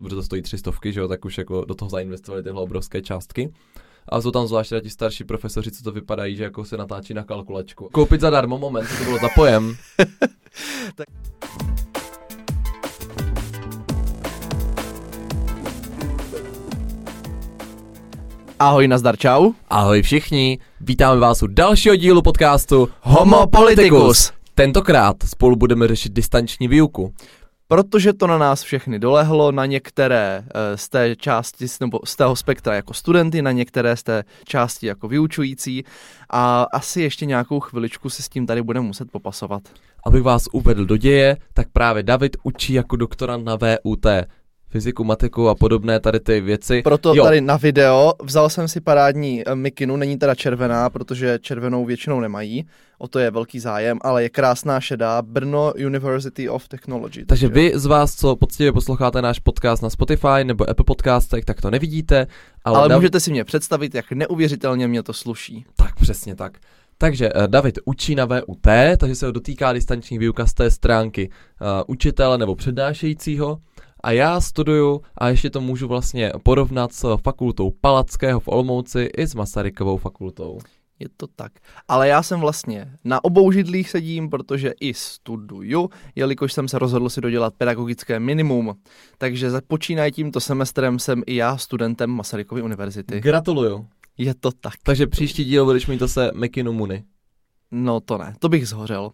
protože to stojí 300, že jo, tak už jako do toho zainvestovali tyhle obrovské částky. A jsou tam zvláště ti starší profesoři, co to vypadají, že jako se natáčí na kalkulačku. Koupit zadarmo, moment, to bylo zapojem. Ahoj, nazdar, čau. Ahoj všichni, vítáme vás u dalšího dílu podcastu Homo Politicus. Tentokrát spolu budeme řešit distanční výuku. Protože to na nás všechny dolehlo, na některé z té části, nebo z tého spektra jako studenty, na některé z té části jako vyučující a asi ještě nějakou chviličku se s tím tady budeme muset popasovat. Abych vás uvedl do děje, tak právě David učí jako doktorant na VUT. Fyziku, matiku a podobné tady ty věci. Proto tady na video vzal jsem si parádní mikinu, není teda červená, protože červenou většinou nemají, o to je velký zájem, ale je krásná šedá, Brno University of Technology. Takže vy z vás, co poctivě posloucháte náš podcast na Spotify nebo Apple Podcastech, tak to nevidíte. Ale můžete si mě představit, jak neuvěřitelně mě to sluší. Tak, přesně tak. Takže David učí na VUT, takže se ho dotýká distanční výuka z té stránky učitele nebo přednášejícího. A já studuju a ještě to můžu vlastně porovnat s fakultou Palackého v Olomouci i s Masarykovou fakultou. Je to tak. Ale já jsem vlastně na obou židlích sedím, protože i studuju, jelikož jsem se rozhodl si dodělat pedagogické minimum. Takže počínají tímto semestrem jsem i já studentem Masarykovy univerzity. Gratuluju. Je to tak. Takže příští díl budeš mít zase Mekinu Muni. No to ne, to bych zhořel.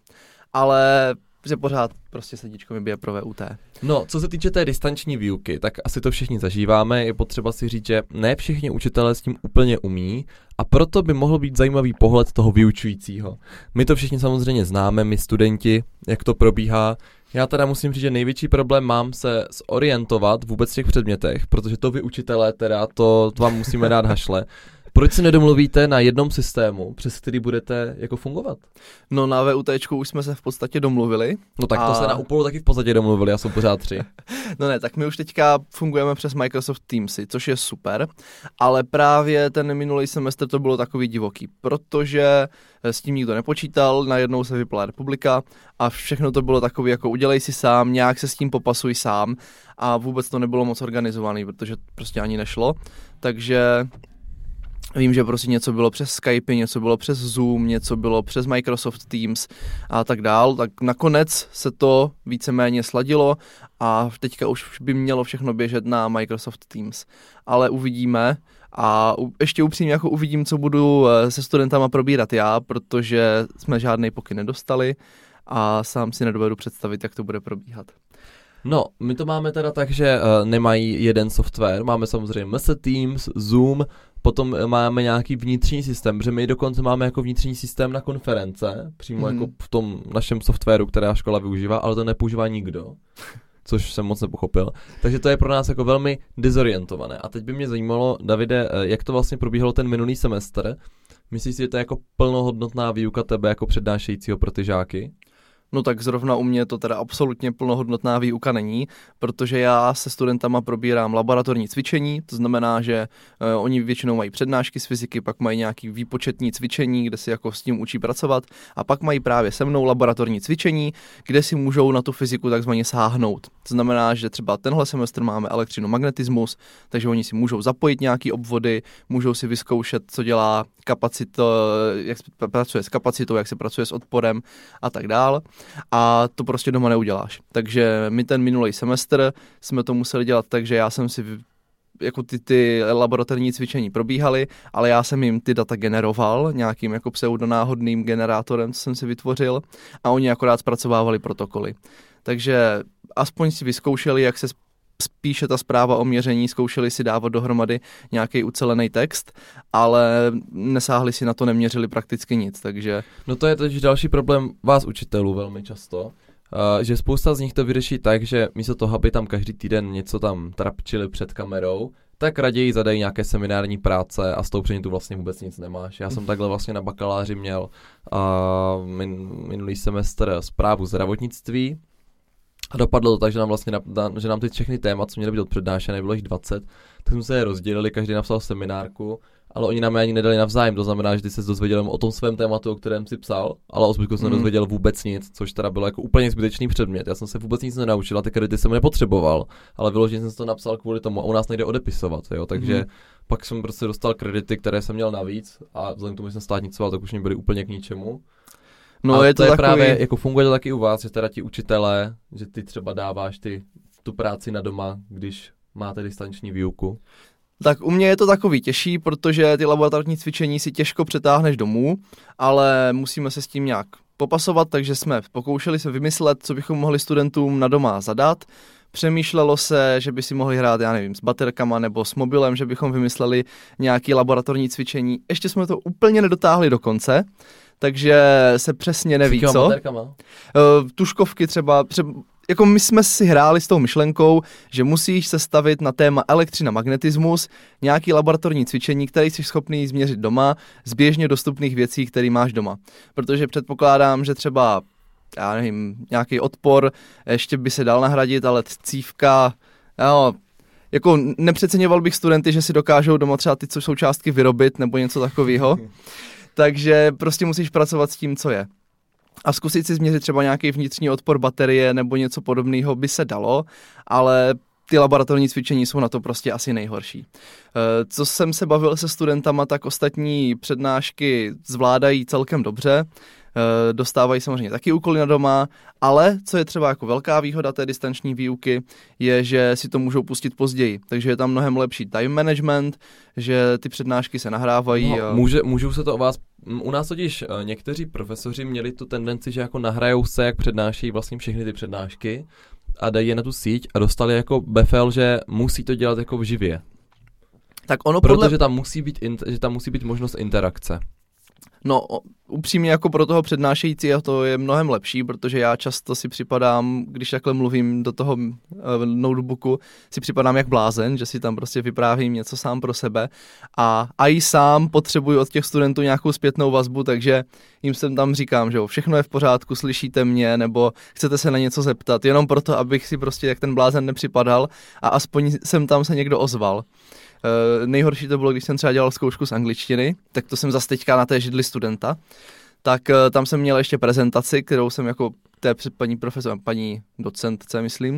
Ale že pořád prostě srdíčko mi bije pro VUT. No, co se týče té distanční výuky, tak asi to všichni zažíváme, je potřeba si říct, že ne všichni učitelé s tím úplně umí a proto by mohl být zajímavý pohled toho vyučujícího. My to všichni samozřejmě známe, my studenti, jak to probíhá. Já teda musím říct, že největší problém mám se zorientovat vůbec v těch předmětech, protože to vy učitelé teda, to vám musíme dát hašle. Proč si nedomluvíte na jednom systému, přes který budete jako fungovat? No na VUTčku už jsme se v podstatě domluvili. No tak to se na Upolu taky v podstatě domluvili a jsou pořád 3. No ne, tak my už teďka fungujeme přes Microsoft Teamsy, což je super, ale právě ten minulý semestr to bylo takový divoký, protože s tím nikdo nepočítal, najednou se vypla republika a všechno to bylo takový jako udělej si sám, nějak se s tím popasuj sám a vůbec to nebylo moc organizovaný, protože prostě ani nešlo, takže vím, že prostě něco bylo přes Skype, něco bylo přes Zoom, něco bylo přes Microsoft Teams a tak dál. Tak nakonec se to víceméně sladilo a teďka už by mělo všechno běžet na Microsoft Teams. Ale uvidíme a ještě upřímně jako uvidím, co budu se studentama probírat já, protože jsme žádnej pokyn nedostali a sám si nedovedu představit, jak to bude probíhat. No, my to máme teda tak, že nemají jeden software, máme samozřejmě MS Teams, Zoom, potom máme nějaký vnitřní systém, protože my dokonce máme jako vnitřní systém na konference, přímo jako v tom našem softwaru, která škola využívá, ale to nepoužívá nikdo, což jsem moc nepochopil. Takže to je pro nás jako velmi dezorientované. A teď by mě zajímalo, Davide, jak to vlastně probíhalo ten minulý semestr? Myslíš si, že to je jako plnohodnotná výuka tebe jako přednášejícího pro ty žáky? No tak zrovna u mě to teda absolutně plnohodnotná výuka není, protože já se studentama probírám laboratorní cvičení, to znamená, že oni většinou mají přednášky z fyziky, pak mají nějaký výpočetní cvičení, kde si jako s tím učí pracovat a pak mají právě se mnou laboratorní cvičení, kde si můžou na tu fyziku takzvaně sáhnout. To znamená, že třeba tenhle semestr máme elektřinomagnetismus, takže oni si můžou zapojit nějaký obvody, můžou si vyzkoušet, co dělá jak se pracuje s kapacitou, jak se pracuje s odporem a tak dál. A to prostě doma neuděláš. Takže my ten minulý semestr jsme to museli dělat tak, že já jsem si jako ty laboratorní cvičení probíhaly, ale já jsem jim ty data generoval nějakým jako pseudonáhodným generátorem, co jsem si vytvořil a oni akorát zpracovávali protokoly. Takže aspoň si vyzkoušeli, jak se spíše ta zpráva o měření, zkoušeli si dávat dohromady nějaký ucelený text, ale nesáhli si na to, neměřili prakticky nic, takže... No to je totiž další problém vás učitelů velmi často, že spousta z nich to vyřeší tak, že místo toho, aby tam každý týden něco tam trapčili před kamerou, tak raději zadají nějaké seminární práce a z toho předmětu vlastně vůbec nic nemáš. Já jsem takhle vlastně na bakaláři měl minulý semestr správu zdravotnictví a dopadlo to tak, že nám vlastně že nám ty všechny témat, co měly být odpřednášené, bylo jich 20, tak jsme se je rozdělili, každý napsal seminárku ale oni nám je ani nedali navzájem, to znamená, že ty se dozvěděl o tom svém tématu, o kterém si psal, ale o zbytku jsem nedozvěděl vůbec nic, což teda bylo jako úplně zbytečný předmět. Já jsem se vůbec nic nenaučil a ty kredity jsem nepotřeboval, ale vyloženě jsem si to napsal kvůli tomu a u nás nejde odepisovat, jo, takže pak jsem prostě dostal kredity, které jsem měl navíc a vzhledem k tomu, že jsem státnicoval, tak už mě byly úplně k ničemu. No, a je to takový... právě, jako funguje to taky u vás, že teda ti učitelé, že ty třeba dáváš tu práci na doma, když máte distanční výuku? Tak u mě je to takový těžší, protože ty laboratorní cvičení si těžko přetáhneš domů, ale musíme se s tím nějak popasovat, takže jsme pokoušeli se vymyslet, co bychom mohli studentům na doma zadat. Přemýšlelo se, že by si mohli hrát, já nevím, s baterkama nebo s mobilem, že bychom vymysleli nějaké laboratorní cvičení. Ještě jsme to úplně nedotáhli do konce, takže se přesně neví, co. Tužkovky třeba, jako my jsme si hráli s tou myšlenkou, že musíš sestavit na téma elektřina, magnetismus nějaký laboratorní cvičení, který jsi schopný změřit doma z běžně dostupných věcí, které máš doma. Protože předpokládám, že třeba, já nevím, nějaký odpor ještě by se dal nahradit, ale cívka, jako nepřeceňoval bych studenty, že si dokážou doma třeba ty součástky vyrobit nebo něco takového. Takže prostě musíš pracovat s tím, co je. A zkusit si změřit třeba nějaký vnitřní odpor baterie nebo něco podobného by se dalo, ale ty laboratorní cvičení jsou na to prostě asi nejhorší. Co jsem se bavil se studentama, tak ostatní přednášky zvládají celkem dobře, dostávají samozřejmě taky úkoly na doma, ale co je třeba jako velká výhoda té distanční výuky, je, že si to můžou pustit později, takže je tam mnohem lepší time management, že ty přednášky se nahrávají. Můžou se to o vás, u nás totiž někteří profesoři měli tu tendenci, že jako nahrajou se, jak přednášejí vlastně všechny ty přednášky a dají je na tu síť a dostali jako befel, že musí to dělat jako v živě. Tak ono protože tam musí být možnost interakce. No, upřímně jako pro toho přednášejícího to je mnohem lepší, protože já často si připadám, když takhle mluvím do toho notebooku, si připadám jak blázen, že si tam prostě vyprávím něco sám pro sebe a i sám potřebuji od těch studentů nějakou zpětnou vazbu, takže jim sem tam říkám, že jo, všechno je v pořádku, slyšíte mě, nebo chcete se na něco zeptat, jenom proto, abych si prostě jak ten blázen nepřipadal a aspoň sem tam se někdo ozval. Nejhorší to bylo, když jsem třeba dělal zkoušku z angličtiny, tak to jsem zase teďka na té židli studenta, tak tam jsem měl ještě prezentaci, kterou jsem jako té paní docentce, myslím,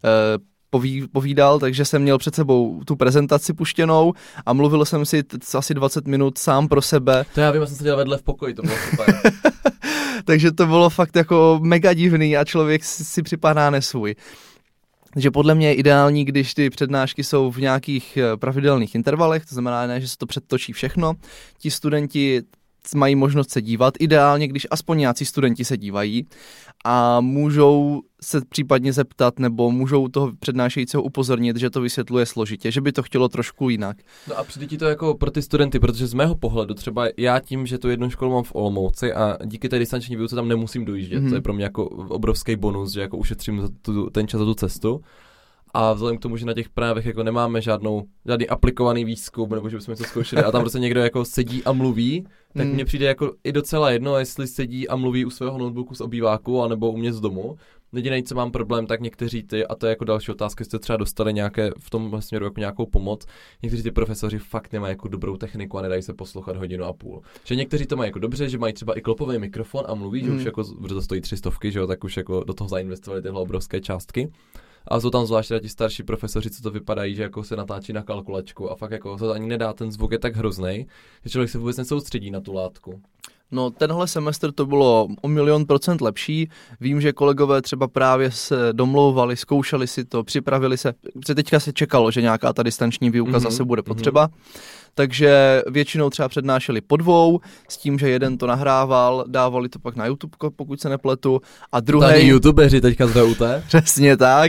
povídal, takže jsem měl před sebou tu prezentaci puštěnou a mluvil jsem si asi 20 minut sám pro sebe. To já vím, já jsem seděl vedle v pokoji, to bylo super. Takže to bylo fakt jako mega divný a člověk si připadá nesvůj. Takže podle mě je ideální, když ty přednášky jsou v nějakých pravidelných intervalech, to znamená, ne, že se to předtočí všechno. Ti studenti mají možnost se dívat, ideálně, když aspoň nějací studenti se dívají a můžou se případně zeptat nebo můžou toho přednášejícího upozornit, že to vysvětluje složitě, že by to chtělo trošku jinak. No a přijde ti to jako pro ty studenty, protože z mého pohledu třeba já tím, že tu jednu školu mám v Olomouci a díky té distanční výuce tam nemusím dojíždět, to je pro mě jako obrovský bonus, že jako ušetřím ten čas za tu cestu. A vzhledem k tomu, že na těch právech jako nemáme žádný aplikovaný výzkum, nebo že bychom něco zkoušeli a tam prostě někdo jako sedí a mluví, tak mně přijde jako i docela jedno, jestli sedí a mluví u svého notebooku z obýváku, anebo u mě z domu. Jediný, co mám problém, tak někteří a to je jako další otázka, jste třeba dostali nějaké v tom směru jako nějakou pomoc. Někteří ty profesoři fakt nemají jako dobrou techniku a nedají se poslouchat 1,5 hodiny. Že někteří to mají jako dobře, že mají třeba i klopový mikrofon a mluví, že už jako, že to stojí 300, že jo, tak už jako do toho zainvestovali tyhle obrovské částky. A jsou tam zvláště ti starší profesoři, co to vypadají, že jako se natáčí na kalkulačku a fakt jako se to ani nedá, ten zvuk je tak hroznej, že člověk se vůbec nesoustředí na tu látku. No, tenhle semestr to bylo o 1,000,000% lepší. Vím, že kolegové třeba právě se domlouvali, zkoušeli si to, připravili se. Teďka se čekalo, že nějaká ta distanční výuka zase bude potřeba. Takže většinou třeba přednášeli po 2, s tím, že jeden to nahrával, dávali to pak na YouTube, pokud se nepletu, a druhý... Tady youtubeři teďka z VUT. Přesně tak.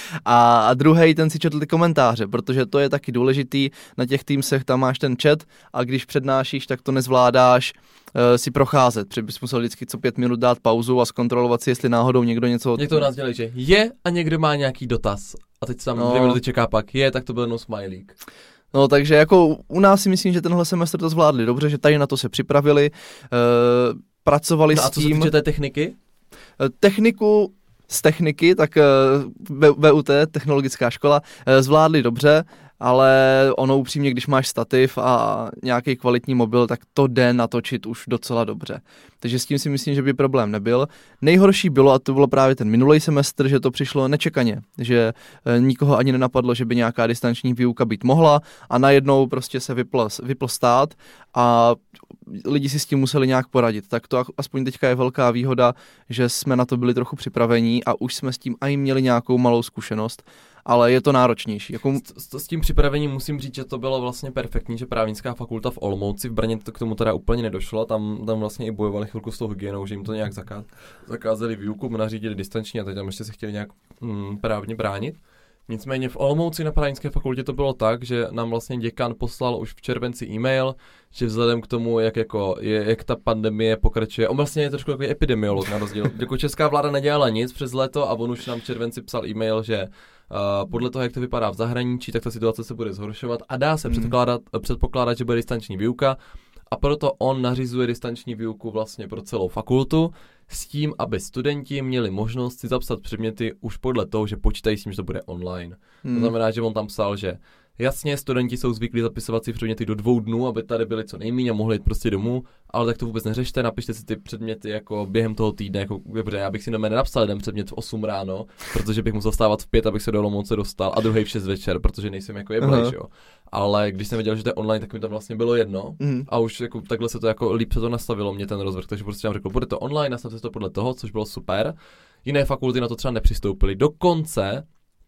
A druhý ten si četl ty komentáře, protože to je taky důležitý. Na těch Teamsech tam máš ten chat a když přednášíš, tak to nezvládáš si procházet, protože bys musel vždycky co 5 minut dát pauzu a zkontrolovat si, jestli náhodou někdo něco... Někdo u nás dělají, že je a někdo má nějaký dotaz. A teď se tam 2 minuty čeká pak, je, tak to byl jenom smajlík. No, takže jako u nás si myslím, že tenhle semestr to zvládli dobře, že tady na to se připravili, pracovali s tím. A co se týče té techniky? Z techniky, tak VUT, technologická škola, zvládli dobře. ale ono upřímně, když máš stativ a nějaký kvalitní mobil, tak to jde natočit už docela dobře. Takže s tím si myslím, že by problém nebyl. Nejhorší bylo, a to bylo právě ten minulý semestr, že to přišlo nečekaně, že nikoho ani nenapadlo, že by nějaká distanční výuka být mohla a najednou prostě se vypl stát a lidi si s tím museli nějak poradit. Tak to aspoň teďka je velká výhoda, že jsme na to byli trochu připravení a už jsme s tím i měli nějakou malou zkušenost, ale je to náročnější. S tím připravením musím říct, že to bylo vlastně perfektní, že právnická fakulta v Olomouci, v Brně to k tomu teda úplně nedošlo, tam vlastně i bojovali chvilku s tou hygienou, že jim to nějak zakázali výuku, nařídili distančně a teď tam ještě se chtěli nějak právně bránit. Nicméně v Olomouci na právnické fakultě to bylo tak, že nám vlastně děkan poslal už v červenci e-mail, že vzhledem k tomu, jak ta pandemie pokračuje, on vlastně je trošku takový epidemiolog na rozdíl. Jako česká vláda nedělala nic přes léto a on už nám v červenci psal e-mail, že podle toho, jak to vypadá v zahraničí, tak ta situace se bude zhoršovat a dá se předpokládat, že bude distanční výuka a proto on nařizuje distanční výuku vlastně pro celou fakultu s tím, aby studenti měli možnost si zapsat předměty už podle toho, že počítají s tím, že to bude online. To znamená, že on tam psal, že jasně, studenti jsou zvyklí zapisovat si předměty do 2 dnů, aby tady byli co nejméně a mohli jít prostě domů, ale tak to vůbec neřešte, napište si ty předměty jako během toho týdne, jako dobře, já bych si nenapsal jeden předmět v 8 ráno, protože bych musel vstávat v 5, abych se do Olomouce dostal a druhý v 6 večer, protože nejsem jako jeblej, jo. Ale když jsem věděl, že to je online, tak mi to vlastně bylo jedno a už jako takhle se to jako líp se to nastavilo mě ten rozvrh, takže prostě jsem řekl, bude to online, nastavte to podle toho, což bylo super. Jiné fakulty na to třeba nepřistoupily. Dokonce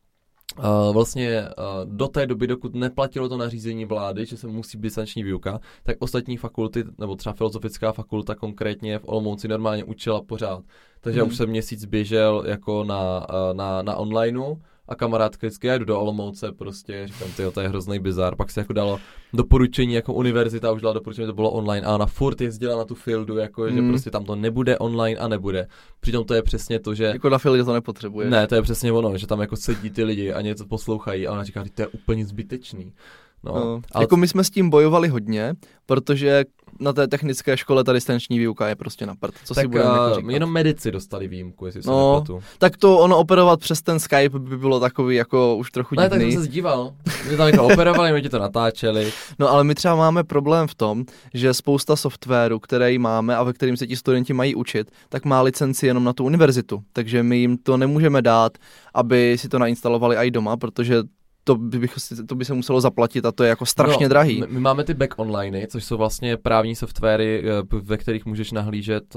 do té doby, dokud neplatilo to nařízení vlády, že se musí být distanční výuka, tak ostatní fakulty, nebo třeba filozofická fakulta konkrétně v Olomouci normálně učila pořád. Takže já už jsem měsíc běžel jako na onlineu a kamarádka vždycky, já jdu do Olomouce, prostě říkám, tyjo, to je hrozný bizar. Pak se jako dalo doporučení, jako univerzita už dala doporučení, to bylo online a ona furt jezdila na tu fieldu, jako že prostě tam to nebude online a nebude. Přitom to je přesně to, že jako na fieldě to nepotřebuje. Ne, to je přesně ono, že tam jako sedí ty lidi a něco poslouchají a ona říká, to je úplně zbytečný. No. Jako my jsme s tím bojovali hodně, protože na té technické škole ta distanční výuka je prostě na prd. Co tak si budeme jako říkat? Jenom medici dostali výjimku, jestli se nepletu. Tak to ono operovat přes ten Skype by bylo takový jako už trochu divný. Ne, tak jsem se zdíval. My tam jako operovali, my ti to natáčeli. No ale my třeba máme problém v tom, že spousta softwaru, který máme a ve kterým se ti studenti mají učit, tak má licenci jenom na tu univerzitu. Takže my jim to nemůžeme dát, aby si to nainstalovali i doma, protože to by se muselo zaplatit a to je jako strašně drahý. My máme ty back online, což jsou vlastně právní softwary, ve kterých můžeš nahlížet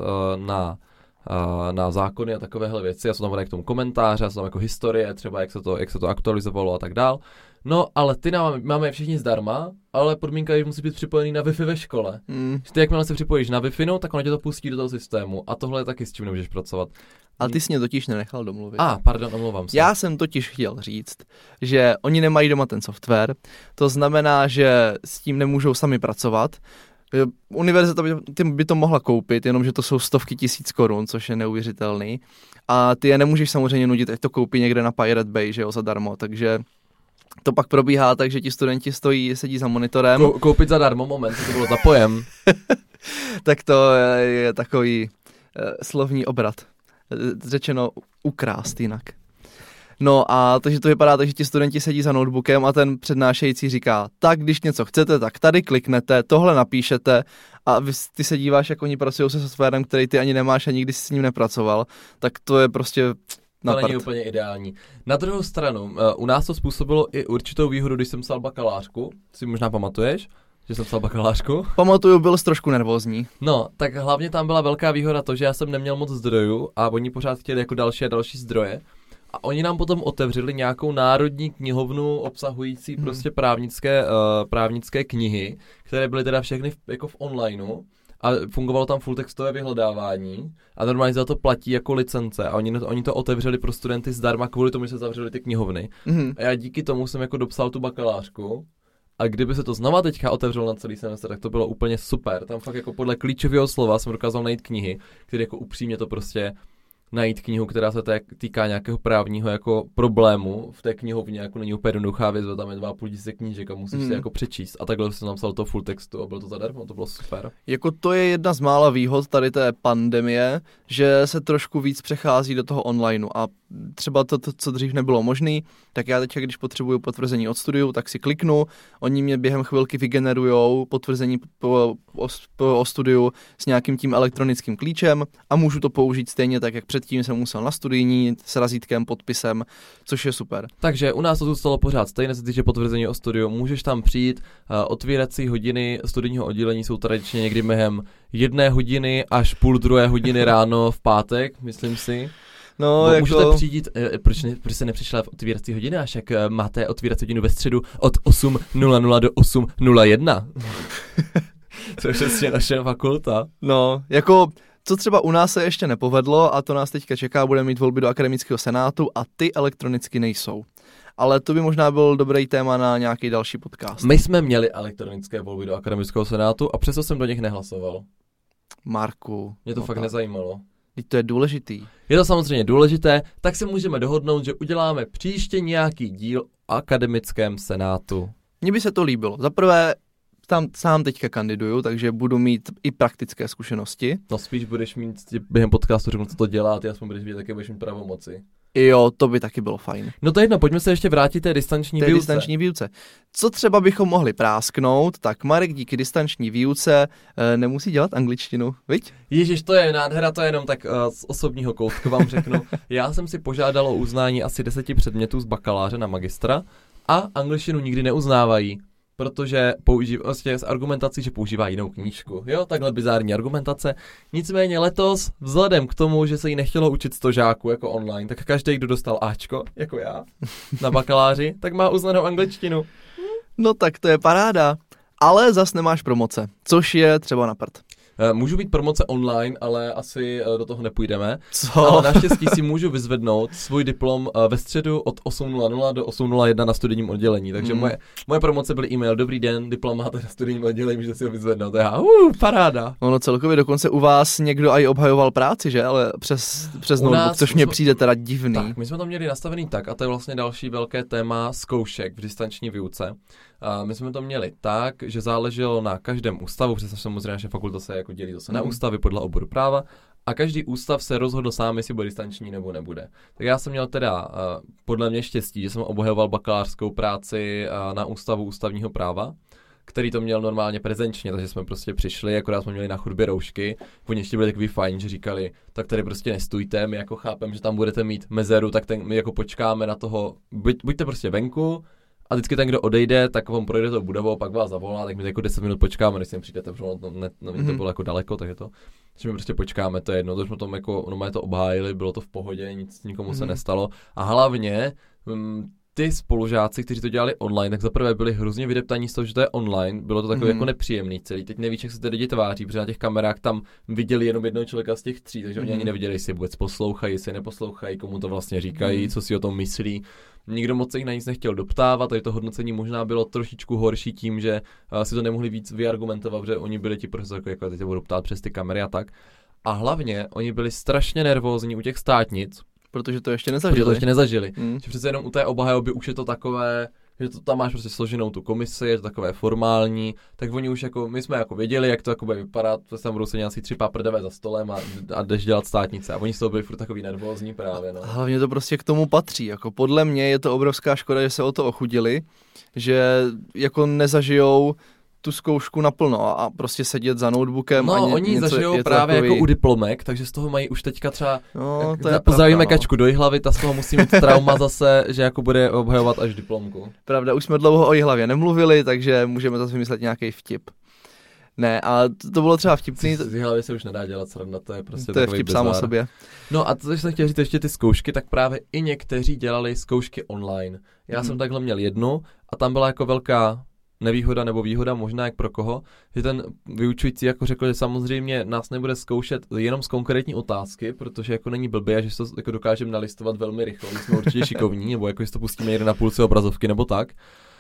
na zákony a takovéhle věci. A jsou tam k tomu komentáře, a jsou tam jako historie, třeba jak se to aktualizovalo a tak dál. No, ale ty máme je všichni zdarma, ale podmínka je, že musí být připojený na Wi-Fi ve škole. Ty jakmile se připojíš na Wi-Fi, tak ono tě to pustí do toho systému a tohle je taky s čím nemůžeš pracovat. Ale ty jsi mě totiž nenechal domluvit. Pardon, omlouvám se. Já jsem totiž chtěl říct, že oni nemají doma ten software, to znamená, že s tím nemůžou sami pracovat. Univerzita by to mohla koupit, jenomže to jsou stovky tisíc korun, což je neuvěřitelný. A ty je nemůžeš samozřejmě nutit, ať to koupí někde na Pirate Bay, že jo, zadarmo, takže to pak probíhá tak, že ti studenti sedí za monitorem. Koupit zadarmo, moment, to bylo za pojem. Tak to je takový slovní obrat. Řečeno ukrást jinak. No a takže to vypadá tak, že ti studenti sedí za notebookem a ten přednášející říká, tak když něco chcete, tak tady kliknete, tohle napíšete a ty se díváš, jak oni pracují se softwarem, který ty ani nemáš a nikdy jsi s ním nepracoval, tak to je prostě to není úplně ideální. Na druhou stranu, u nás to způsobilo i určitou výhodu, když jsem psal bakalářku, si možná pamatuješ? Že jsem psal bakalářku? Pamatuju, byl jsi trošku nervózní. No, tak hlavně tam byla velká výhoda to, že já jsem neměl moc zdrojů a oni pořád chtěli jako další a další zdroje. A oni nám potom otevřeli nějakou národní knihovnu obsahující prostě právnické knihy, které byly teda všechny jako v onlineu a fungovalo tam full textové vyhledávání a normálně za to platí jako licence a oni to otevřeli pro studenty zdarma kvůli tomu, že se zavřeli ty knihovny. A já díky tomu jsem jako dopsal tu bakalářku. A kdyby se to znova teďka otevřelo na celý semestr, tak to bylo úplně super. Tam fakt jako podle klíčového slova jsem dokázal najít knihy, které jako upřímně to prostě najít knihu, která se týká nějakého právního jako problému. V té knihovně jako není úplně jednoduchá věc, tam je 2,5 knížek a musíš si jako přečíst. A takhle jsem napsal to full textu a bylo to zadarmo, to bylo super. Jako to je jedna z mála výhod tady té pandemie, že se trošku víc přechází do toho onlineu a třeba to, co dřív nebylo možné, tak já teď, když potřebuju potvrzení od studiu, tak si kliknu, oni mě během chvilky vygenerujou potvrzení o studiu s nějakým tím elektronickým klíčem a můžu to použít stejně tak, jak předtím jsem musel na studijní s razítkem, podpisem, což je super. Takže u nás to zůstalo pořád stejné, se týče potvrzení o studiu, můžeš tam přijít, otvírací hodiny studijního oddělení jsou tradičně někdy během 1 hodiny až 1:30 ráno v pátek, myslím si. No, můžete přijít, proč se nepřišla v otvírací hodiny, až jak máte otvírací hodinu ve středu od 8:00 do 8:01. To je přesně naše fakulta. No, jako co třeba u nás se ještě nepovedlo a to nás teďka čeká, budeme mít volby do akademického senátu a ty elektronicky nejsou. Ale to by možná byl dobrý téma na nějaký další podcast. My jsme měli elektronické volby do akademického senátu a přesto jsem do nich nehlasoval. Marku. Mě to fakt nezajímalo. To je důležitý. Je to samozřejmě důležité, tak se můžeme dohodnout, že uděláme příště nějaký díl o akademickém senátu. Mně by se to líbilo. Za prvé, tam sám teďka kandiduju, takže budu mít i praktické zkušenosti. No spíš budeš mít během podcastu řeknu, co to dělá, ty aspoň budeš vidět, jaké budeš mít pravomoci. Jo, to by taky bylo fajn. No to je jedno, pojďme se ještě vrátit té distanční výuce. Distanční výuce. Co třeba bychom mohli prásknout, tak Marek díky distanční výuce nemusí dělat angličtinu, viď? Ježiš, to je nádhera, to je jenom tak z osobního koutku vám řeknu. Já jsem si požádal o uznání asi 10 předmětů z bakaláře na magistra a angličtinu nikdy neuznávají. Protože vlastně s argumentací, že používá jinou knížku. Jo, takhle bizární argumentace. Nicméně letos, vzhledem k tomu, že se jí nechtělo učit 100 žáků jako online, tak každý, kdo dostal Ačko, jako já, na bakaláři, tak má uznanou angličtinu. No tak to je paráda. Ale zas nemáš promoce, což je třeba na prd. Můžu být promoce online, ale asi do toho nepůjdeme. Co? Ale naštěstí si můžu vyzvednout svůj diplom ve středu od 8:00 do 8:01 na studijním oddělení. Takže moje promoce byly e-mail, dobrý den, diplom máte na studijním oddělení, můžete si ho vyzvednout. Paráda. Ono celkově dokonce u vás někdo i obhajoval práci, že? Ale přes notebook, což mně přijde teda divný. Tak, my jsme to měli nastavený tak a to je vlastně další velké téma zkoušek v distanční výuce. My jsme to měli tak, že záleželo na každém ústavu, protože samozřejmě naše fakulta se jako dělí zase na ústavy podle oboru práva a každý ústav se rozhodl sám, jestli bude distanční nebo nebude. Tak já jsem měl teda podle mě štěstí, že jsem obhajoval bakalářskou práci na ústavu ústavního práva, který to měl normálně prezenčně, takže jsme prostě přišli, akorát jsme měli na chodbě roušky, oni ještě byli takový fajn, že říkali, tak tady prostě nestůjte, my jako chápem, že tam budete mít mezeru, tak my jako počkáme na toho, buďte prostě venku, a vždycky ten, kdo odejde, tak vám projde to budovou, pak vás zavolá, tak my jako 10 minut počkáme, než sem přijdete, protože to bylo jako daleko, takže to, že my prostě počkáme, to je jedno, to jsme tom jako, to obhájili, bylo to v pohodě, nikomu se nestalo a hlavně ty spolužáci, kteří to dělali online, tak zaprvé byli hrozně vydeptaní z toho, že to je online, bylo to takové jako nepříjemný celý, teď nevíš, jak se ty lidi tváří, protože na těch kamerách tam viděli jenom jednoho člověka z těch 3, takže oni ani neviděli, jestli vůbec poslouchají, jestli neposlouchají, komu to vlastně říkají, co si o tom myslí. Nikdo moc se jich na nic nechtěl doptávat, takže to hodnocení možná bylo trošičku horší tím, že si to nemohli víc vyargumentovat, že oni byli ti prostě jako teď se budou ptát přes ty kamery a tak. A hlavně oni byli strašně nervózní u těch státnic, protože to ještě nezažili. Že přece jenom u té obhajoby už je to takové, že to tam máš prostě složenou tu komisi, je to takové formální, tak oni už jako, my jsme jako věděli, jak to jako bude vypadat, to tam budou sedět asi 3 páprdavé za stolem a jdeš dělat státnice a oni z toho byli furt takový nervózní právě, no. Hlavně to prostě k tomu patří, jako podle mě je to obrovská škoda, že se o to ochudili, že jako nezažijou tu zkoušku naplno a prostě sedět za notebookem. No, oni zažijou právě takový... jako u diplomek, takže z toho mají už teďka třeba, pozdravíme Kačku do Jihlavy, ta z toho musí mít trauma zase, že jako bude obhajovat až diplomku. Pravda, už jsme dlouho o Jihlavě nemluvili, takže můžeme zase vymyslet nějaký vtip. Ne, a to bylo třeba vtipný. Z Jihlavy se už nedá dělat sranda, to je prostě to je takový vtip bizár. sám o sobě. No a to, že jsem chtěl říct ještě ty zkoušky, tak právě i někteří dělali zkoušky online. Já jsem takhle měl jednu a tam byla jako velká nevýhoda nebo výhoda, možná jak pro koho, že ten vyučující jako řekl, že samozřejmě nás nebude zkoušet jenom z konkrétní otázky, protože jako není blbě a že to jako dokážeme nalistovat velmi rychle, my jsme určitě šikovní, nebo jako jestli to pustíme někde na půlce obrazovky nebo tak.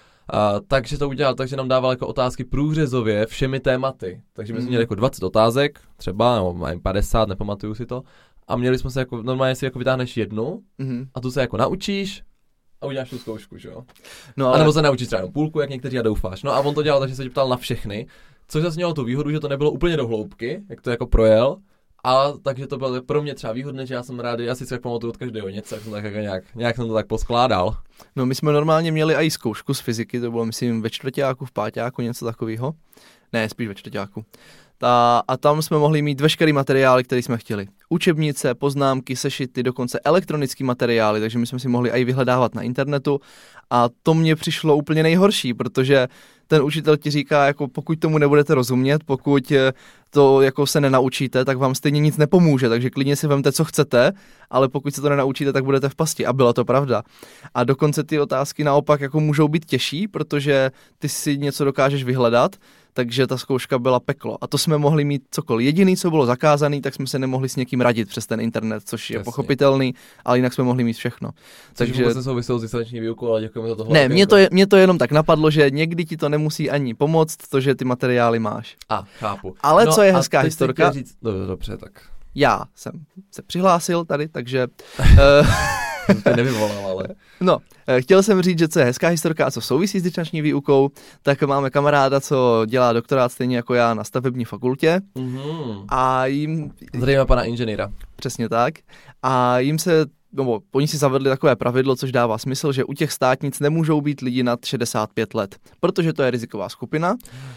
Takže to udělal, takže nám dával jako otázky průřezově všemi tématy. Takže my jsme měli jako 20 otázek, třeba, nebo 50, nepamatuju si to. a měli jsme se jako, normálně si jako vytáhneš jednu a tu se jako naučíš a uděláš tu zkoušku, že jo. No, ale... A nebo se naučíš třeba jenom půlku, jak někteří a doufáš. No a on to dělal, takže se tě ptal na všechny, což zase mělo tu výhodu, že to nebylo úplně do hloubky, jak to jako projel. A takže to bylo pro mě třeba výhodné, že já jsem rád, já si tak pamatuju od každého něco, jak jsem tak jako nějak jsem to tak poskládal. No my jsme normálně měli i zkoušku z fyziky, to bylo myslím ve čtvrťáku, v páťáku, něco takového. Ne, spíš ve čtvrťáku. A tam jsme mohli mít veškerý materiály, které jsme chtěli. Učebnice, poznámky, sešity, dokonce elektronické materiály, takže my jsme si mohli i vyhledávat na internetu. A to mně přišlo úplně nejhorší, protože ten učitel ti říká, jako pokud tomu nebudete rozumět, pokud to jako se nenaučíte, tak vám stejně nic nepomůže, takže klidně si vemte, co chcete, ale pokud se to nenaučíte, tak budete v pasti. A byla to pravda. A dokonce ty otázky naopak jako můžou být těžší, protože ty si něco dokážeš vyhledat, takže ta zkouška byla peklo. A to jsme mohli mít cokoliv. Jediný, co bylo zakázaný, tak jsme se nemohli s někým radit přes ten internet, což je pochopitelný, ale jinak jsme mohli mít všechno. Takže vůbec nesouviselo s distanční výukou, ale děkujeme za tohle. Ne, mě to jenom tak napadlo, že někdy ti to nemusí ani pomoct, to, že ty materiály máš. Chápu. Ale co je hezká historka? Dobře, tak. Já jsem se přihlásil tady, takže... To nevyvolal, ale... No, chtěl jsem říct, že co je hezká historka a co souvisí s distanční výukou, tak máme kamaráda, co dělá doktorát stejně jako já na stavební fakultě. A jim... Zdravíme pana inženýra. Přesně tak. A jim se... No, oni si zavedli takové pravidlo, což dává smysl, že u těch státnic nemůžou být lidi nad 65 let, protože to je riziková skupina.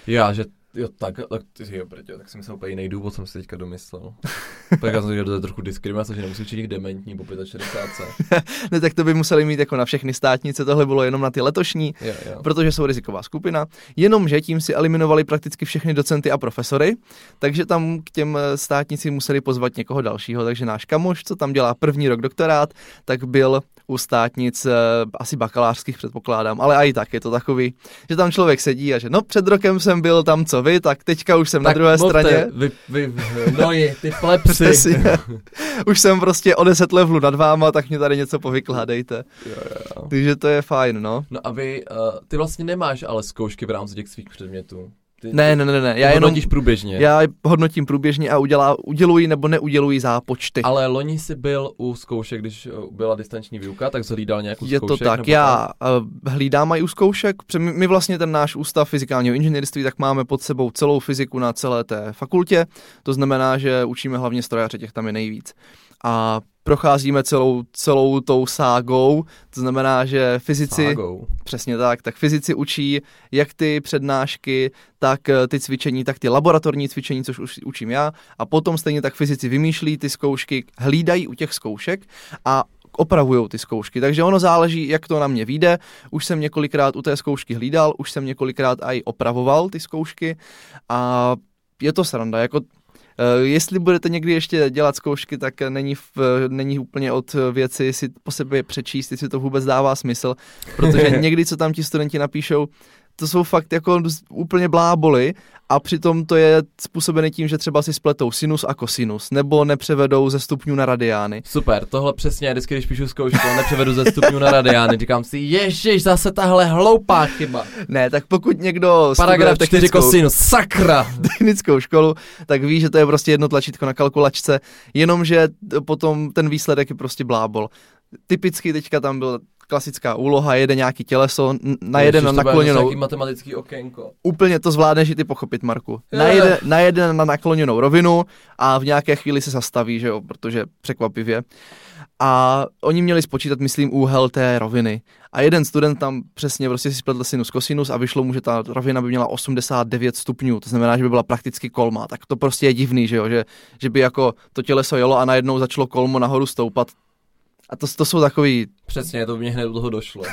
Tak jsem myslel úplně jiný důvod, jsem si teďka domyslel. Tak já jsem říkal, že to je trochu diskriminace, že nemusí učit nich dementní po 65. Ne, tak to by museli mít jako na všechny státnice, tohle bylo jenom na ty letošní, jo. Protože jsou riziková skupina, jenomže tím si eliminovali prakticky všechny docenty a profesory, takže tam k těm státnicím museli pozvat někoho dalšího, takže náš kamoš, co tam dělá první rok doktorát, tak byl u státnic asi bakalářských předpokládám, ale i tak je to takový, že tam člověk sedí a že no před rokem jsem byl tam co vy, tak teďka už jsem tak na druhé straně. Ty plepsy. Už jsem prostě o 10 levelů nad váma, tak mě tady něco povykládejte. Jo. Takže to je fajn, no. No a ty vlastně nemáš ale zkoušky v rámci těch svých předmětů. Ne. Já hodnotíš průběžně. Já hodnotím průběžně a uděluji nebo neuděluji zápočty. Ale loni jsi byl u zkoušek, když byla distanční výuka, tak jsi hlídal nějakou zkoušek? Je to tak, já hlídám i u zkoušek. My vlastně ten náš ústav fyzikálního inženýrství, tak máme pod sebou celou fyziku na celé té fakultě. To znamená, že učíme hlavně strojaře, těch tam je nejvíc. A procházíme celou tou ságou, to znamená, že fyzici, přesně tak fyzici učí jak ty přednášky, tak ty cvičení, tak ty laboratorní cvičení, což už učím já, a potom stejně tak fyzici vymýšlí ty zkoušky, hlídají u těch zkoušek a opravujou ty zkoušky, takže ono záleží, jak to na mě vyjde. Už jsem několikrát u té zkoušky hlídal, už jsem několikrát i opravoval ty zkoušky a je to sranda, jako jestli budete někdy ještě dělat zkoušky, tak není úplně od věci si po sebe přečíst, jestli to vůbec dává smysl, protože někdy, co tam ti studenti napíšou, to jsou fakt jako úplně bláboli a přitom to je způsobené tím, že třeba si spletou sinus a kosinus, nebo nepřevedou ze stupňů na radiány. Super, tohle přesně, vždycky, když píšu zkoušku, nepřevedu ze stupňů na radiány, říkám si, ježiš, zase tahle hloupá chyba. Ne, tak pokud někdo Paragraf 4 kosinus, sakra! Technickou školu, tak ví, že to je prostě jedno tlačítko na kalkulačce, jenomže potom ten výsledek je prostě blábol. Typicky teďka tam byl klasická úloha, jede nějaký těleso, najede na nakloněnou... To matematický okénko. Úplně to zvládneš i ty pochopit, Marku. Najede na nakloněnou rovinu a v nějaké chvíli se zastaví, že jo, protože překvapivě. A oni měli spočítat, myslím, úhel té roviny. A jeden student tam přesně prostě si spletl sinus kosinus a vyšlo mu, že ta rovina by měla 89 stupňů. To znamená, že by byla prakticky kolma. Tak to prostě je divný, že jo, že by jako to těleso jelo a najednou začalo kolmo nahoru stoupat. A to jsou takový... Přesně, to mě hned do toho došlo.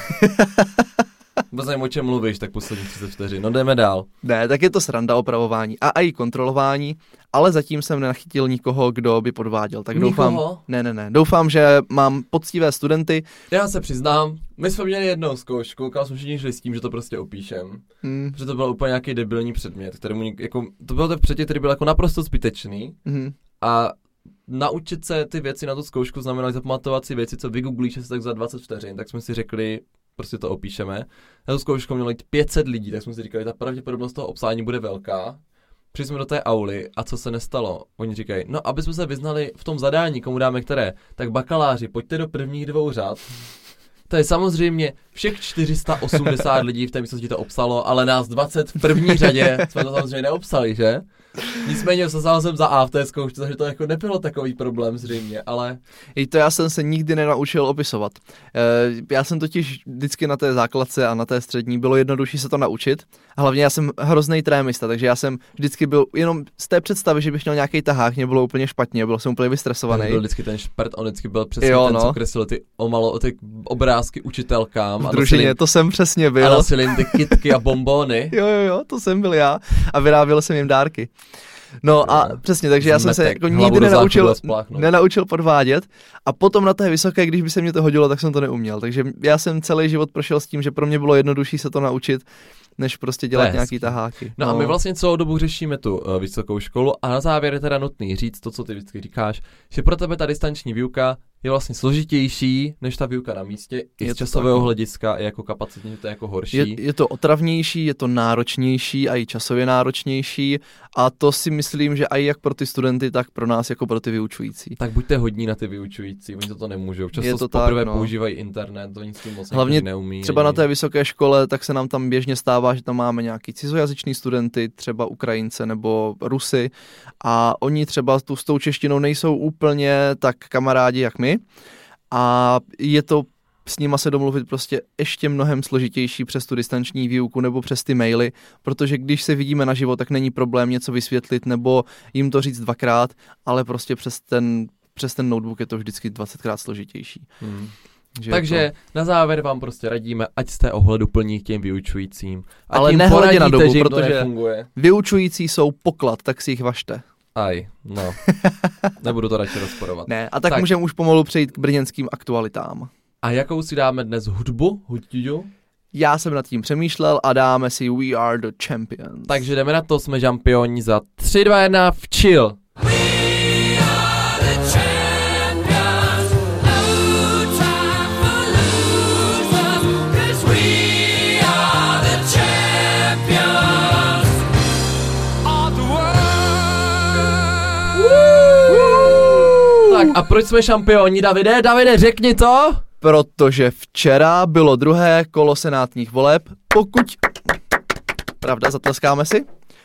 Vůbec nevím, o čem mluvíš, tak poslední 30 vteřin. No jdeme dál. Ne, tak je to sranda opravování a i kontrolování, ale zatím jsem nenachytil nikoho, kdo by podváděl. Tak doufám, doufám, že mám poctivé studenty. Já se přiznám, my jsme měli jednou zkoušku, kam jsme všichni šli s tím, že to prostě opíšem. Protože to byl úplně nějaký debilní předmět, kterému jako, to byl ten předmět, který byl jako naprosto zbytečný. A naučit se ty věci na tu zkoušku znamenalo zapamatovat si věci, co vygooglíš asi tak za 20 vteřin, tak jsme si řekli, prostě to opíšeme. Na tu zkoušku mělo jít 500 lidí, tak jsme si říkali, ta pravděpodobnost toho obsání bude velká. Přišli jsme do té auly a co se nestalo? Oni říkají, no aby jsme se vyznali v tom zadání, komu dáme které, tak bakaláři, pojďte do prvních 2 řad. To je samozřejmě všech 480 lidí v té místnosti to obsalo, ale nás 20 v první řadě jsme to samozřejmě neobsali, že? Nicméně zasál jsem za A v té zkoušce, takže to jako nebylo takový problém zřejmě, ale... I to já jsem se nikdy nenaučil opisovat. Já jsem totiž vždycky na té základce a na té střední bylo jednodušší se to naučit. A hlavně já jsem hrozný trémista, takže já jsem vždycky byl jenom z té představy, že bych měl nějaký tahák, mě bylo úplně špatně, byl jsem úplně vystresovaný. Byl vždycky ten šprt, on vždycky byl přesně ten, co kreslil ty ty obrázky učitelkám. V družině, to jsem přesně byl. A nosil jim ty kytky a bonbony. Jo, to jsem byl já a vyráběl jsem jim dárky. No a přesně, takže já jsem se jako nikdy nenaučil podvádět a potom na té vysoké, když by se mě to hodilo, tak jsem to neuměl. Takže já jsem celý život prošel s tím, že pro mě bylo jednodušší se to naučit, než prostě dělat nějaký taháky. No a my vlastně celou dobu řešíme tu vysokou školu a na závěr je teda nutný říct to, co ty vždycky říkáš, že pro tebe ta distanční výuka je vlastně složitější než ta výuka na místě, i z časového hlediska, i jako kapacitně, to je jako horší. Je to otravnější, je to náročnější a i časově náročnější a to si myslím, že i jak pro ty studenty, tak pro nás jako pro ty vyučující. Tak buďte hodní na ty vyučující, oni to nemůžou. Často poprvé používají internet, oni s tím moc hlavně neumí. Třeba na té vysoké škole, tak se nám tam běžně stává, že tam máme nějaký cizojazyční studenty, třeba Ukrajince nebo Rusy a oni třeba s tou češtinou nejsou úplně tak kamarádi jak my. A je to s nima se domluvit prostě ještě mnohem složitější přes tu distanční výuku nebo přes ty maily, protože když se vidíme naživo, tak není problém něco vysvětlit nebo jim to říct 2krát, ale prostě přes ten notebook je to vždycky 20krát složitější. Takže na závěr vám prostě radíme, ať jste ohleduplní k těm vyučujícím. Ale nehledě na dobu, protože vyučující jsou poklad, tak si jich važte. No. Nebudu to radši rozporovat. Ne, a tak můžeme už pomalu přejít k brněnským aktualitám. A jakou si dáme dnes hudbu? Já jsem nad tím přemýšlel a dáme si We Are The Champions. Takže jdeme na to, jsme šampioni za 3, 2, 1, včil! Tak a proč jsme šampioni, Davide? Davide, řekni to! Protože včera bylo druhé kolo senátních voleb, Pravda, zatleskáme si?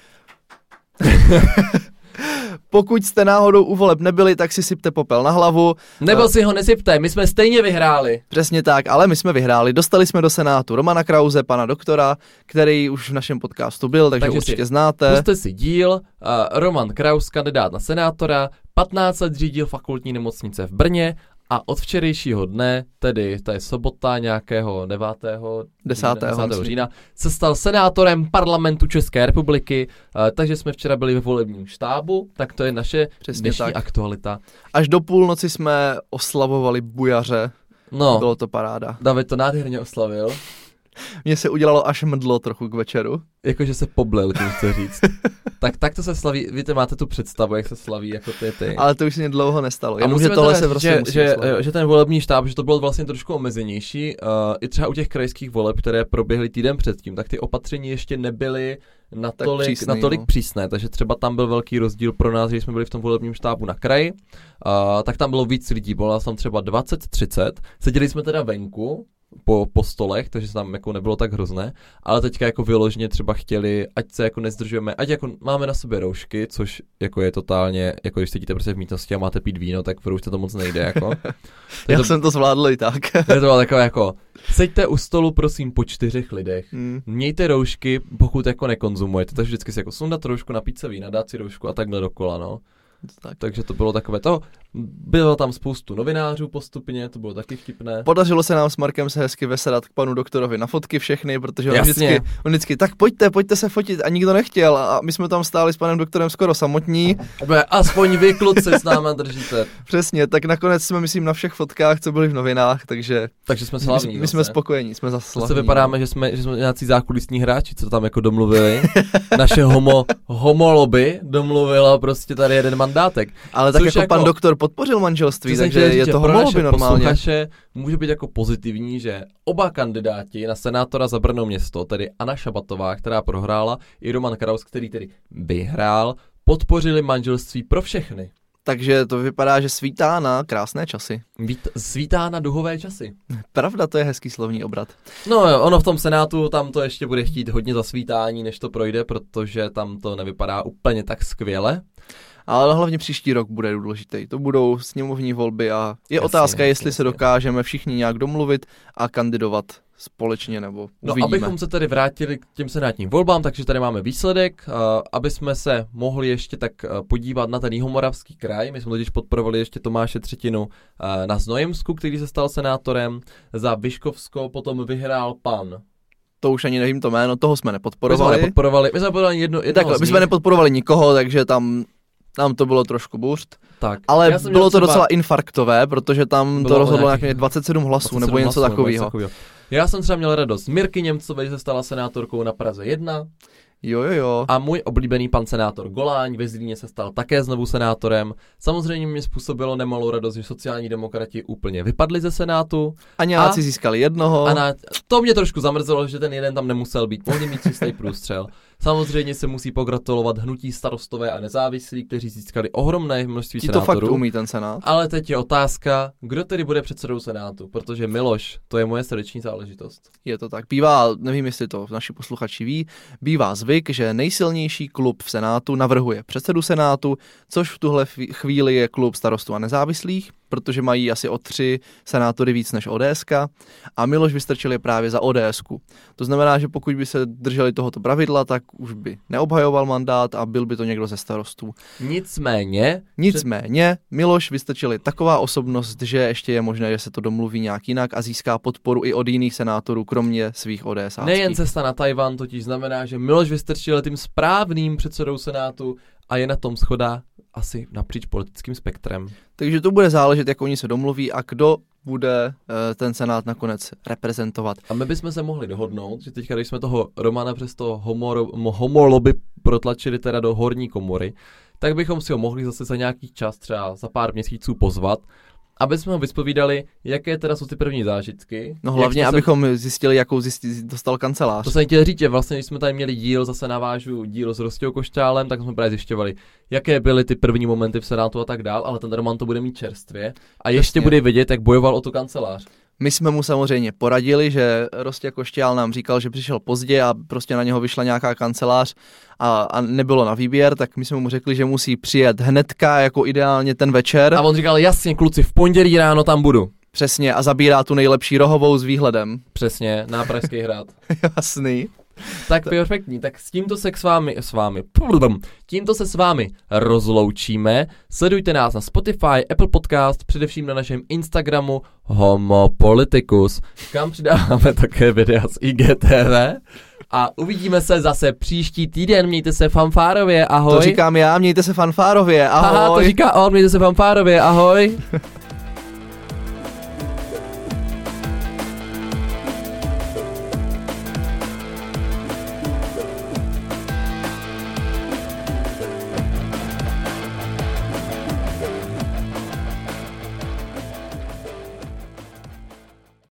Pokud jste náhodou u voleb nebyli, tak si sypte popel na hlavu. Nebo si ho nesypte, my jsme stejně vyhráli. Přesně tak, ale my jsme vyhráli. Dostali jsme do Senátu Romana Krause, pana doktora, který už v našem podcastu byl, takže určitě znáte. Puste si díl, Roman Kraus, kandidát na senátora, 15 let řídil fakultní nemocnice v Brně a od včerejšího dne, tedy to je sobota nějakého 10. října, se stal senátorem parlamentu České republiky, takže jsme včera byli ve volebním štábu, tak to je naše dnešní aktualita. Až do půlnoci jsme oslavovali bujaře, bylo to paráda. David to nádherně oslavil. Mně se udělalo až mdlo trochu k večeru. Jakože se poblil, tím chci říct. tak to se slaví, víte, máte tu představu, jak se slaví jako ty. Ale to už se mě dlouho nestalo, jenomže tohle se prostě že ten volební štáb, že to bylo vlastně trošku omezenější, i třeba u těch krajských voleb, které proběhly týden předtím, tak ty opatření ještě nebyly natolik přísné, takže třeba tam byl velký rozdíl pro nás, že jsme byli v tom volebním štábu na kraji, tak tam bylo víc lidí, bylo nás tam třeba 20-30, seděli jsme teda venku, po stolech, takže tam jako nebylo tak hrozné, ale teďka jako vyloženě třeba chtěli, ať se jako nezdržujeme, ať jako máme na sobě roušky, což jako je totálně, jako když sedíte prostě v místnosti a máte pít víno, tak v roušce to moc nejde, jako. Já jsem to zvládl i tak. To bylo takové jako, seďte u stolu prosím po 4 lidech, mějte roušky, pokud jako nekonzumujete, takže vždycky si jako sundat roušku, napít se vína, dát si roušku a takhle dokola, no. Takže to bylo takové to. Bylo tam spoustu novinářů postupně, to bylo taky vtipné. Podařilo se nám s Markem se hezky vesedat k panu doktorovi na fotky všechny, protože on vždycky tak pojďte se fotit a nikdo nechtěl a my jsme tam stáli s panem doktorem skoro samotní. Aspoň vy kluci s náma držíte. Přesně, tak nakonec jsme myslím na všech fotkách, co byly v novinách, takže jsme slavní. My jsme spokojení, jsme zase slavní. To vypadáme, že jsme nějací zákulisní hráči, co tam jako domluvili. Naše homo lobby domluvila prostě tady jeden mandátek. Ale tak jako pan doktor podpořil manželství, takže je to mohlo by normálně. Posluchače může být jako pozitivní, že oba kandidáti na senátora za Brno město, tedy Anna Šabatová, která prohrála, i Roman Kraus, který tedy vyhrál, podpořili manželství pro všechny. Takže to vypadá, že svítá na krásné časy. Svítá na duhové časy. Pravda, to je hezký slovní obrat. No jo, ono v tom Senátu, tam to ještě bude chtít hodně zasvítání, než to projde, protože tam to nevypadá úplně tak skvěle. Ale hlavně příští rok bude důležitý. To budou sněmovní volby a je otázka, jestli se dokážeme všichni nějak domluvit a kandidovat společně, nebo uvidíme. No, abychom se tady vrátili k těm senátním volbám, takže tady máme výsledek, aby jsme se mohli ještě tak podívat na ten Jihomoravský kraj. My jsme totiž podporovali ještě Tomáše Třetinu na Znojemsku, který se stal senátorem. Za Vyškovsko potom vyhrál pan. To už ani nevím to jméno, toho jsme nepodporovali. My jsme podporovali jednoho my jsme nepodporovali nikoho, takže tam to bylo trošku burst. Tak, ale bylo to docela infarktové, protože tam to rozhodlo nějakých 27 hlasů nebo něco takového. Já jsem třeba měl radost. Mirky Němcové se stala senátorkou na Praze 1. Jo. A můj oblíbený pan senátor Goláň ve Zlíně se stal také znovu senátorem. Samozřejmě mě způsobilo nemalou radost, že sociální demokrati úplně vypadli ze Senátu. A nějací získali jednoho. To mě trošku zamrzelo, že ten jeden tam nemusel být. Mohli mít čistý průstřel. Samozřejmě se musí pogratulovat hnutí Starostové a nezávislí, kteří získali ohromné množství senátorů. Ti to fakt umí ten senát. Ale teď je otázka, kdo tedy bude předsedou senátu, protože Miloš, to je moje srdeční záležitost. Je to tak. Bývá, nevím, jestli to naši posluchači ví, bývá zvyk, že nejsilnější klub v senátu navrhuje předsedu senátu, což v tuhle chvíli je klub Starostů a nezávislých, protože mají asi o 3 senátory víc než ODSK a Miloš Vystrčil je právě za ODSku. To znamená, že pokud by se drželi tohoto pravidla, tak už by neobhajoval mandát a byl by to někdo ze Starostů. Nicméně, Miloš Vystrčil je taková osobnost, že ještě je možné, že se to domluví nějak jinak a získá podporu i od jiných senátorů, kromě svých ODSáckých. Nejen cesta na Tajvan totiž znamená, že Miloš Vystrčil je tím správným předsedou senátu a je na tom shoda asi napříč politickým spektrem. Takže to bude záležet, jak oni se domluví a kdo bude ten senát nakonec reprezentovat. A my bychom se mohli dohodnout, že teďka, když jsme toho Romana přes to homolobby protlačili teda do horní komory, tak bychom si ho mohli zase za nějaký čas, třeba za pár měsíců pozvat, aby jsme ho vyspovídali, jaké teda jsou ty první zážitky. No hlavně, abychom zjistili, jakou dostal kancelář. To jsem chtěl říct, že vlastně, když jsme tady měli díl, zase navážu díl s Rostou Košťálem, tak jsme právě zjišťovali, jaké byly ty první momenty v senátu a tak dál, ale ten Roman to bude mít čerstvě a ještě bude vidět, jak bojoval o tu kancelář. My jsme mu samozřejmě poradili, že Rostě Košťál nám říkal, že přišel pozdě a prostě na něho vyšla nějaká kancelář a nebylo na výběr, tak my jsme mu řekli, že musí přijet hnedka, jako ideálně ten večer. A on říkal, jasně kluci, v pondělí ráno tam budu. Přesně, a zabírá tu nejlepší rohovou s výhledem. Přesně, na Pražský hrad. Jasný. Tak perfektní, tak s tímto se tímto se s vámi rozloučíme. Sledujte nás na Spotify, Apple Podcast, především na našem Instagramu Homopoliticus, kam přidáváme také videa z IGTV. A uvidíme se zase příští týden, mějte se fanfárově, ahoj. To říkám já, mějte se fanfárově, ahoj. Aha, to říká on, mějte se fanfárově, ahoj.